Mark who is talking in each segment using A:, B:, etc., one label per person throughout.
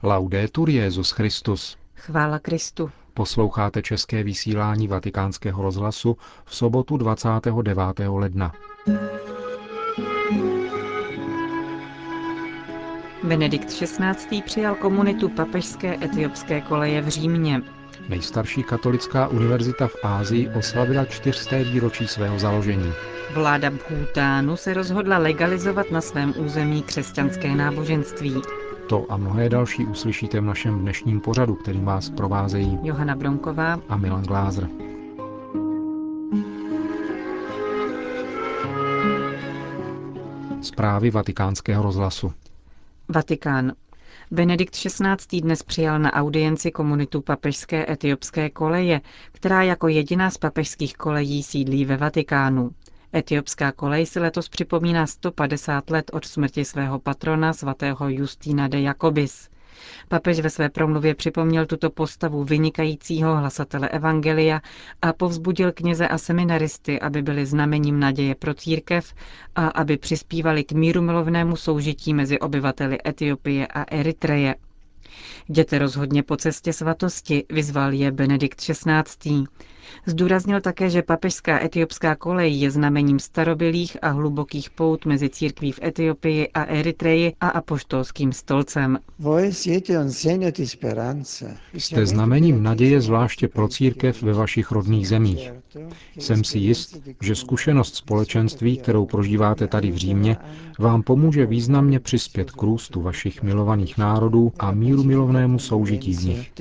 A: Laudetur Jesus Christus.
B: Chvála Kristu.
A: Posloucháte české vysílání Vatikánského rozhlasu v sobotu 29. ledna.
B: Benedikt XVI. Přijal komunitu papežské etiopské koleje v Římě.
A: Nejstarší katolická univerzita v Asii oslavila 400. výročí svého založení.
B: Vláda Bhútánu se rozhodla legalizovat na svém území křesťanské náboženství.
A: To a mnohé další uslyšíte v našem dnešním pořadu, kterým vás provázejí
B: Johana Bronková
A: a Milan Glázer. Zprávy Vatikánského rozhlasu.
B: Vatikán. Benedikt XVI. Dnes přijal na audienci komunitu papežské etiopské koleje, která jako jediná z papežských kolejí sídlí ve Vatikánu. Etiopská kolej si letos připomíná 150 let od smrti svého patrona svatého Justína de Jakobis. Papež ve své promluvě připomněl tuto postavu vynikajícího hlasatele evangelia a povzbudil kněze a seminaristy, aby byli znamením naděje pro církev a aby přispívali k mírumilovnému soužití mezi obyvateli Etiopie a Eritreje. Jděte rozhodně po cestě svatosti, vyzval je Benedikt XVI. Zdůraznil také, že papežská etiopská kolej je znamením starobylých a hlubokých pout mezi církví v Etiopii a Eritreji a apoštolským stolcem.
A: Jste znamením naděje zvláště pro církev ve vašich rodných zemích. Jsem si jist, že zkušenost společenství, kterou prožíváte tady v Římě, vám pomůže významně přispět k růstu vašich milovaných národů a mírumilovnému soužití v nich.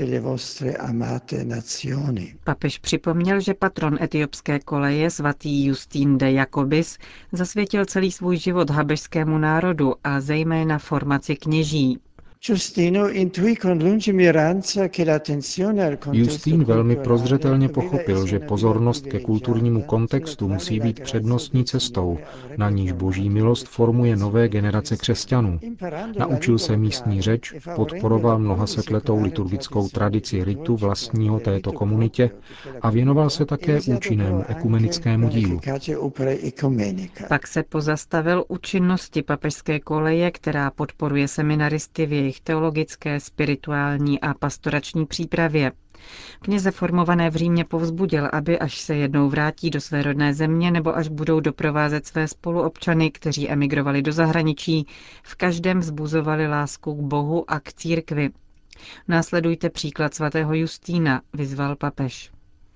B: Papež připomněl, že patron etiopské koleje svatý Justín de Jakobis zasvětil celý svůj život habežskému národu a zejména formaci kněží.
A: Justín velmi prozřetelně pochopil, že pozornost ke kulturnímu kontextu musí být přednostní cestou, na níž boží milost formuje nové generace křesťanů. Naučil se místní řeč, podporoval mnohasetletou liturgickou tradici ritu vlastního této komunitě a věnoval se také účinnému ekumenickému dílu.
B: Pak se pozastavil u činnosti papežské koleje, která podporuje seminaristy v jejich teologické, spirituální a pastorační přípravě. Kněze formované v Římě povzbudil, aby až se jednou vrátí do své rodné země nebo až budou doprovázet své spoluobčany, kteří emigrovali do zahraničí, v každém vzbuzovali lásku k Bohu a k církvi. Následujte příklad svatého Justína, vyzval papež.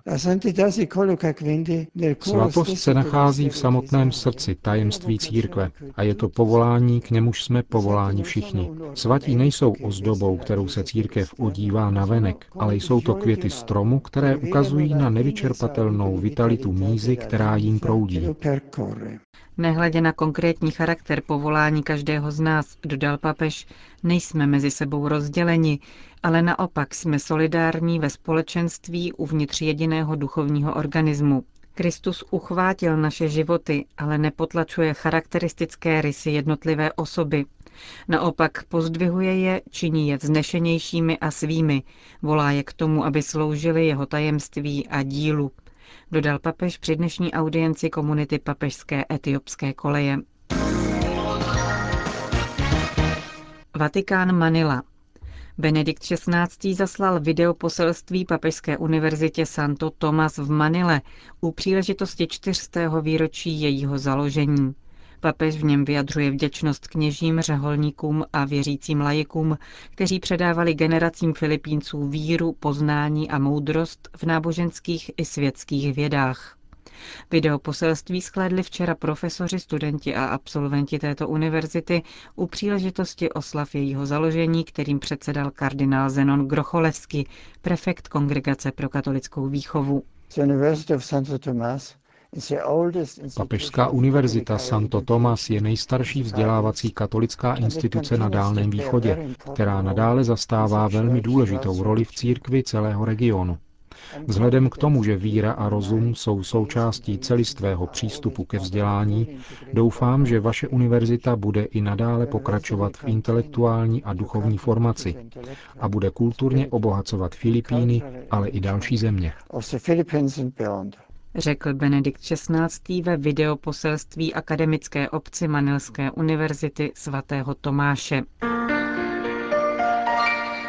A: Svatost se nachází v samotném srdci tajemství církve a je to povolání, k němuž jsme povoláni všichni. Svatí nejsou ozdobou, kterou se církev odívá navenek, ale jsou to květy stromu, které ukazují na nevyčerpatelnou vitalitu mízy, která jím proudí.
B: Nehledě na konkrétní charakter povolání každého z nás, dodal papež, nejsme mezi sebou rozděleni, ale naopak jsme solidární ve společenství uvnitř jediného duchovního organismu. Kristus uchvátil naše životy, ale nepotlačuje charakteristické rysy jednotlivé osoby. Naopak pozdvihuje je, činí je vznešenějšími a svými, volá je k tomu, aby sloužili jeho tajemství a dílu, dodal papež při dnešní audienci komunity papežské etiopské koleje. Vatikán, Manila. Benedikt XVI. Zaslal videoposelství papežské univerzitě Santo Tomás v Manile u příležitosti 400. výročí jejího založení. Papež v něm vyjadřuje vděčnost kněžím, řeholníkům a věřícím laikům, kteří předávali generacím Filipínců víru, poznání a moudrost v náboženských i světských vědách. Videoposelství shlédli včera profesoři, studenti a absolventi této univerzity u příležitosti oslav jejího založení, kterým předsedal kardinál Zenon Grocholevský, prefekt Kongregace pro katolickou výchovu.
A: Papežská univerzita Santo Tomás je nejstarší vzdělávací katolická instituce na Dálném východě, která nadále zastává velmi důležitou roli v církvi celého regionu. Vzhledem k tomu, že víra a rozum jsou součástí celistvého přístupu ke vzdělání, doufám, že vaše univerzita bude i nadále pokračovat v intelektuální a duchovní formaci a bude kulturně obohacovat Filipíny, ale i další země,
B: řekl Benedikt XVI. Ve videoposelství akademické obci Manilské univerzity svatého Tomáše.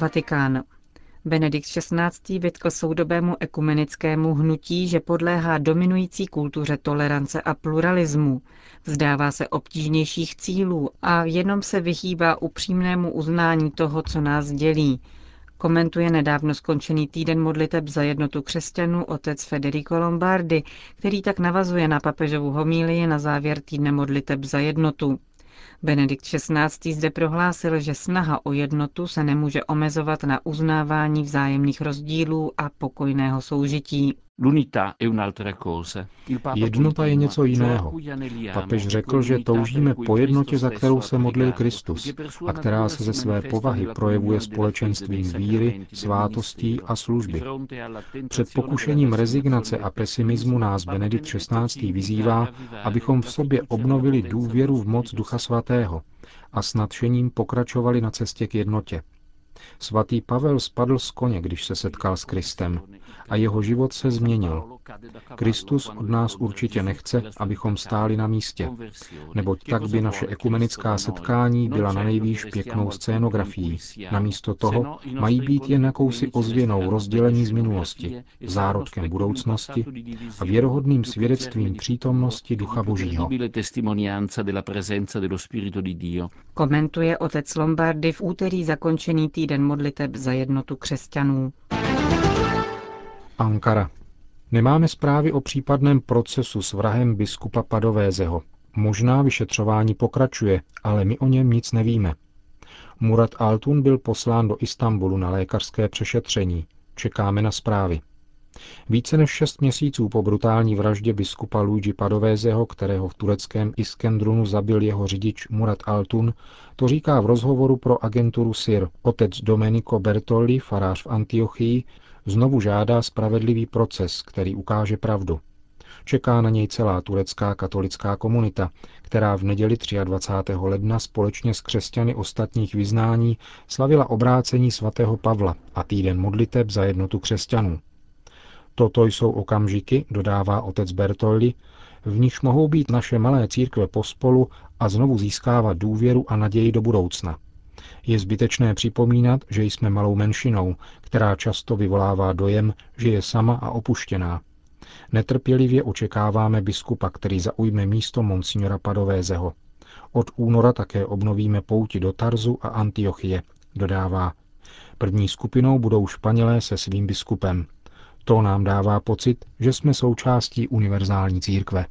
B: Vatikán. Benedikt XVI. Vytkl soudobému ekumenickému hnutí, že podléhá dominující kultuře tolerance a pluralismu, vzdává se obtížnějších cílů a jenom se vyhýbá upřímnému uznání toho, co nás dělí. Komentuje nedávno skončený týden modliteb za jednotu křesťanů otec Federico Lombardi, který tak navazuje na papežovu homílii na závěr týdne modliteb za jednotu. Benedikt XVI. Zde prohlásil, že snaha o jednotu se nemůže omezovat na uznávání vzájemných rozdílů a pokojného soužití.
A: Jednota je něco jiného. Papež řekl, že toužíme po jednotě, za kterou se modlil Kristus a která se ze své povahy projevuje společenstvím víry, svátostí a služby. Před pokušením rezignace a pesimismu nás Benedikt XVI. Vyzývá, abychom v sobě obnovili důvěru v moc Ducha Svatého a s nadšením pokračovali na cestě k jednotě. Svatý Pavel spadl z koně, když se setkal s Kristem, a jeho život se změnil. Kristus od nás určitě nechce, abychom stáli na místě, neboť tak by naše ekumenická setkání byla nanejvýš pěknou scénografií. Namísto toho mají být jen jakousi ozvěnou rozdělení z minulosti, zárodkem budoucnosti a věrohodným svědectvím přítomnosti Ducha Božího.
B: Komentuje otec Lombardi v úterý zakončený týden modliteb za jednotu křesťanů.
A: Ankara. Nemáme zprávy o případném procesu s vrahem biskupa Padovézeho. Možná vyšetřování pokračuje, ale my o něm nic nevíme. Murat Altun byl poslán do Istanbulu na lékařské přešetření. Čekáme na zprávy. Více než 6 měsíců po brutální vraždě biskupa Luigi Padovézeho, kterého v tureckém Iskendrunu zabil jeho řidič Murat Altun, to říká v rozhovoru pro agenturu SIR otec Domenico Bertolli, farář v Antiochii, znovu žádá spravedlivý proces, který ukáže pravdu. Čeká na něj celá turecká katolická komunita, která v neděli 23. ledna společně s křesťany ostatních vyznání slavila obrácení svatého Pavla a týden modliteb za jednotu křesťanů. Toto jsou okamžiky, dodává otec Bertolli, v nichž mohou být naše malé církve pospolu a znovu získávat důvěru a naději do budoucna. Je zbytečné připomínat, že jsme malou menšinou, která často vyvolává dojem, že je sama a opuštěná. Netrpělivě očekáváme biskupa, který zaujme místo monsignora Padovézeho. Od února také obnovíme pouti do Tarzu a Antiochie, dodává. První skupinou budou Španělé se svým biskupem. To nám dává pocit, že jsme součástí univerzální církve.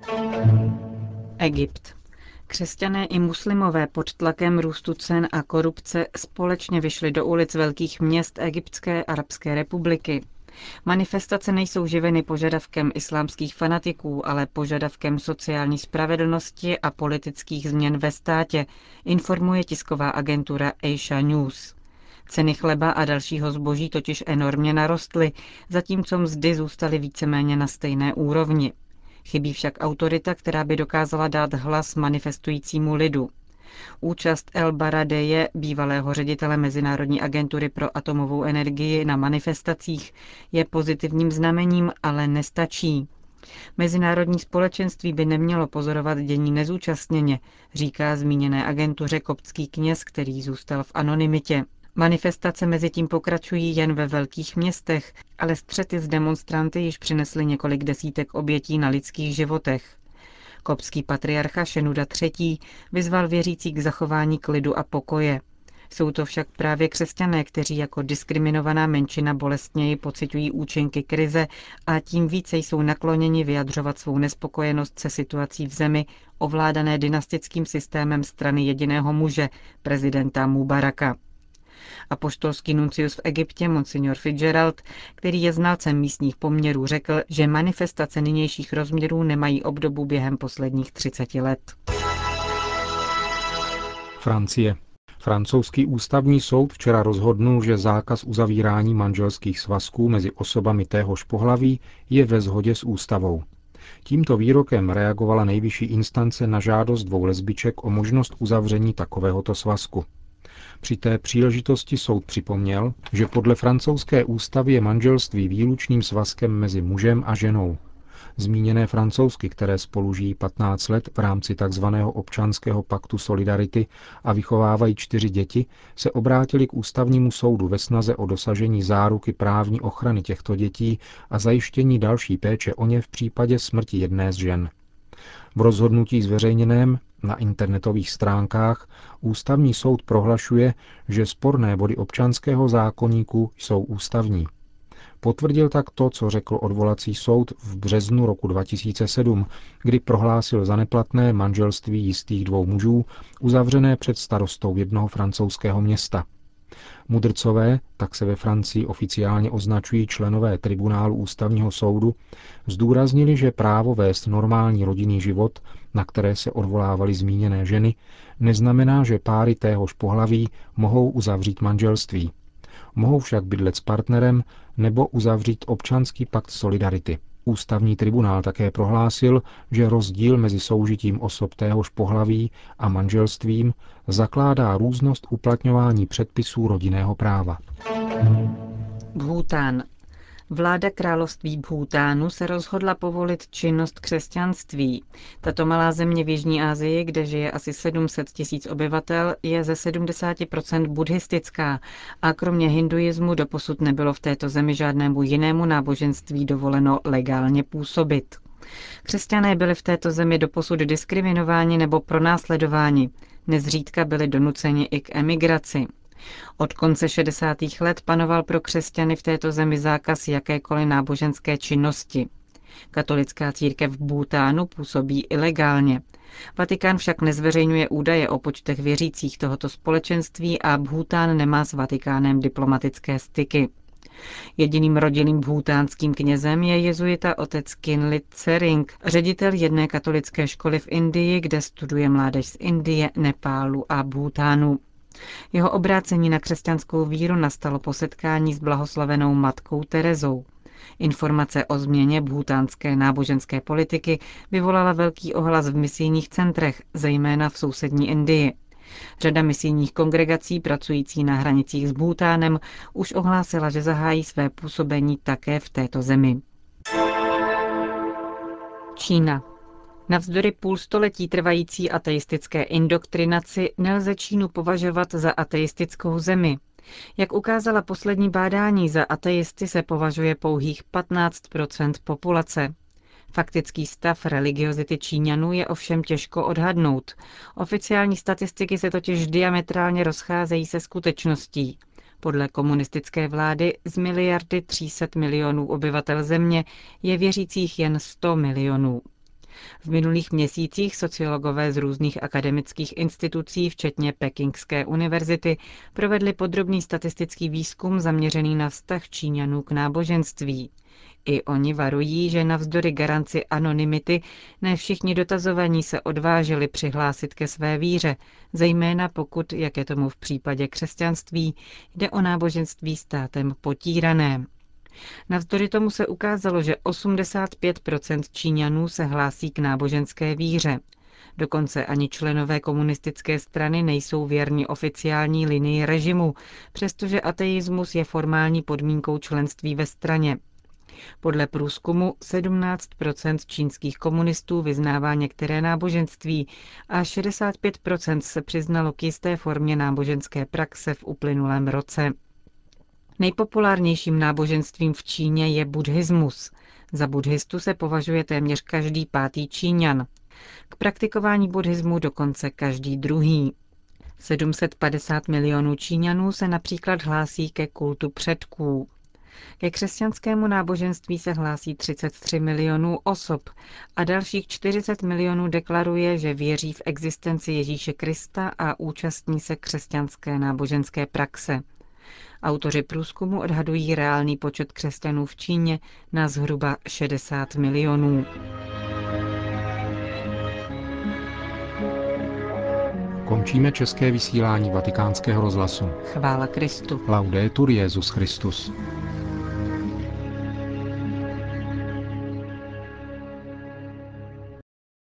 B: Egypt. Křesťané i muslimové pod tlakem růstu cen a korupce společně vyšli do ulic velkých měst Egyptské arabské republiky. Manifestace nejsou živeny požadavkem islámských fanatiků, ale požadavkem sociální spravedlnosti a politických změn ve státě, informuje tisková agentura Asia News. Ceny chleba a dalšího zboží totiž enormně narostly, zatímco mzdy zůstaly víceméně na stejné úrovni. Chybí však autorita, která by dokázala dát hlas manifestujícímu lidu. Účast El Baradeje, bývalého ředitele Mezinárodní agentury pro atomovou energii na manifestacích, je pozitivním znamením, ale nestačí. Mezinárodní společenství by nemělo pozorovat dění nezúčastněně, říká zmíněné agentuře koptský kněz, který zůstal v anonymitě. Manifestace mezitím pokračují jen ve velkých městech, ale střety s demonstranty již přinesly několik desítek obětí na lidských životech. Koptský patriarcha Šenuda III. Vyzval věřící k zachování klidu a pokoje. Jsou to však právě křesťané, kteří jako diskriminovaná menšina bolestněji pociťují účinky krize a tím více jsou nakloněni vyjadřovat svou nespokojenost se situací v zemi, ovládané dynastickým systémem strany jediného muže, prezidenta Mubaraka. Apoštolský nuncius v Egyptě, monsignor Fitzgerald, který je znalcem místních poměrů, řekl, že manifestace nynějších rozměrů nemají obdobu během posledních 30 let.
A: Francie. Francouzský ústavní soud včera rozhodnul, že zákaz uzavírání manželských svazků mezi osobami téhož pohlaví je ve shodě s ústavou. Tímto výrokem reagovala nejvyšší instance na žádost 2 lesbiček o možnost uzavření takovéhoto svazku. Při té příležitosti soud připomněl, že podle francouzské ústavy je manželství výlučným svazkem mezi mužem a ženou. Zmíněné Francouzky, které spolu žijí 15 let v rámci tzv. Občanského paktu Solidarity a vychovávají 4 děti, se obrátili k ústavnímu soudu ve snaze o dosažení záruky právní ochrany těchto dětí a zajištění další péče o ně v případě smrti jedné z žen. V rozhodnutí zveřejněném na internetových stránkách ústavní soud prohlašuje, že sporné body občanského zákoníku jsou ústavní. Potvrdil tak to, co řekl odvolací soud v březnu roku 2007, kdy prohlásil za neplatné manželství jistých 2 mužů, uzavřené před starostou jednoho francouzského města. Mudrcové, tak se ve Francii oficiálně označují členové tribunálu ústavního soudu, zdůraznili, že právo vést normální rodinný život, na které se odvolávaly zmíněné ženy, neznamená, že páry téhož pohlaví mohou uzavřít manželství. Mohou však bydlet s partnerem nebo uzavřít občanský pakt Solidarity. Ústavní tribunál také prohlásil, že rozdíl mezi soužitím osob téhož pohlaví a manželstvím zakládá různost uplatňování předpisů rodinného práva.
B: Bhútán. Vláda království Bhútánu se rozhodla povolit činnost křesťanství. Tato malá země v Jižní Asii, kde žije asi 700 000 obyvatel, je ze 70% buddhistická a kromě hinduismu doposud nebylo v této zemi žádnému jinému náboženství dovoleno legálně působit. Křesťané byli v této zemi doposud diskriminováni nebo pronásledováni. Nezřídka byli donuceni i k emigraci. Od konce 60. let panoval pro křesťany v této zemi zákaz jakékoliv náboženské činnosti. Katolická církev v Bhútánu působí ilegálně. Vatikán však nezveřejňuje údaje o počtech věřících tohoto společenství a Bhútán nemá s Vatikánem diplomatické styky. Jediným rodinným bhútánským knězem je jezuita otec Kinlit Tsering, ředitel jedné katolické školy v Indii, kde studuje mládež z Indie, Nepálu a Bhútánu. Jeho obrácení na křesťanskou víru nastalo po setkání s blahoslavenou matkou Terezou. Informace o změně bhútánské náboženské politiky vyvolala velký ohlas v misijních centrech, zejména v sousední Indii. Řada misijních kongregací pracující na hranicích s Bhútánem už ohlásila, že zahájí své působení také v této zemi. Čína. Navzdory půlstoletí trvající ateistické indoktrinaci nelze Čínu považovat za ateistickou zemi. Jak ukázala poslední bádání, za ateisty se považuje pouhých 15 % populace. Faktický stav religiozity Číňanů je ovšem těžko odhadnout. Oficiální statistiky se totiž diametrálně rozcházejí se skutečností. Podle komunistické vlády z miliardy 300 milionů obyvatel země je věřících jen 100 milionů. V minulých měsících sociologové z různých akademických institucí, včetně Pekingské univerzity, provedli podrobný statistický výzkum zaměřený na vztah Číňanů k náboženství. I oni varují, že navzdory garanci anonymity ne všichni dotazovaní se odvážili přihlásit ke své víře, zejména pokud, jak je tomu v případě křesťanství, jde o náboženství státem potírané. Navzdory tomu se ukázalo, že 85% Číňanů se hlásí k náboženské víře. Dokonce ani členové komunistické strany nejsou věrni oficiální linii režimu, přestože ateismus je formální podmínkou členství ve straně. Podle průzkumu 17% čínských komunistů vyznává některé náboženství a 65% se přiznalo k jisté formě náboženské praxe v uplynulém roce. Nejpopulárnějším náboženstvím v Číně je buddhismus. Za buddhistu se považuje téměř každý 5. Číňan. K praktikování buddhismu dokonce každý 2. 750 milionů Číňanů se například hlásí ke kultu předků. Ke křesťanskému náboženství se hlásí 33 milionů osob a dalších 40 milionů deklaruje, že věří v existenci Ježíše Krista a účastní se křesťanské náboženské praxe. Autoři průzkumu odhadují reálný počet křesťanů v Číně na zhruba 60 milionů.
A: Končíme české vysílání Vatikánského rozhlasu.
B: Chvála Kristu.
A: Laudetur Jesus Christus.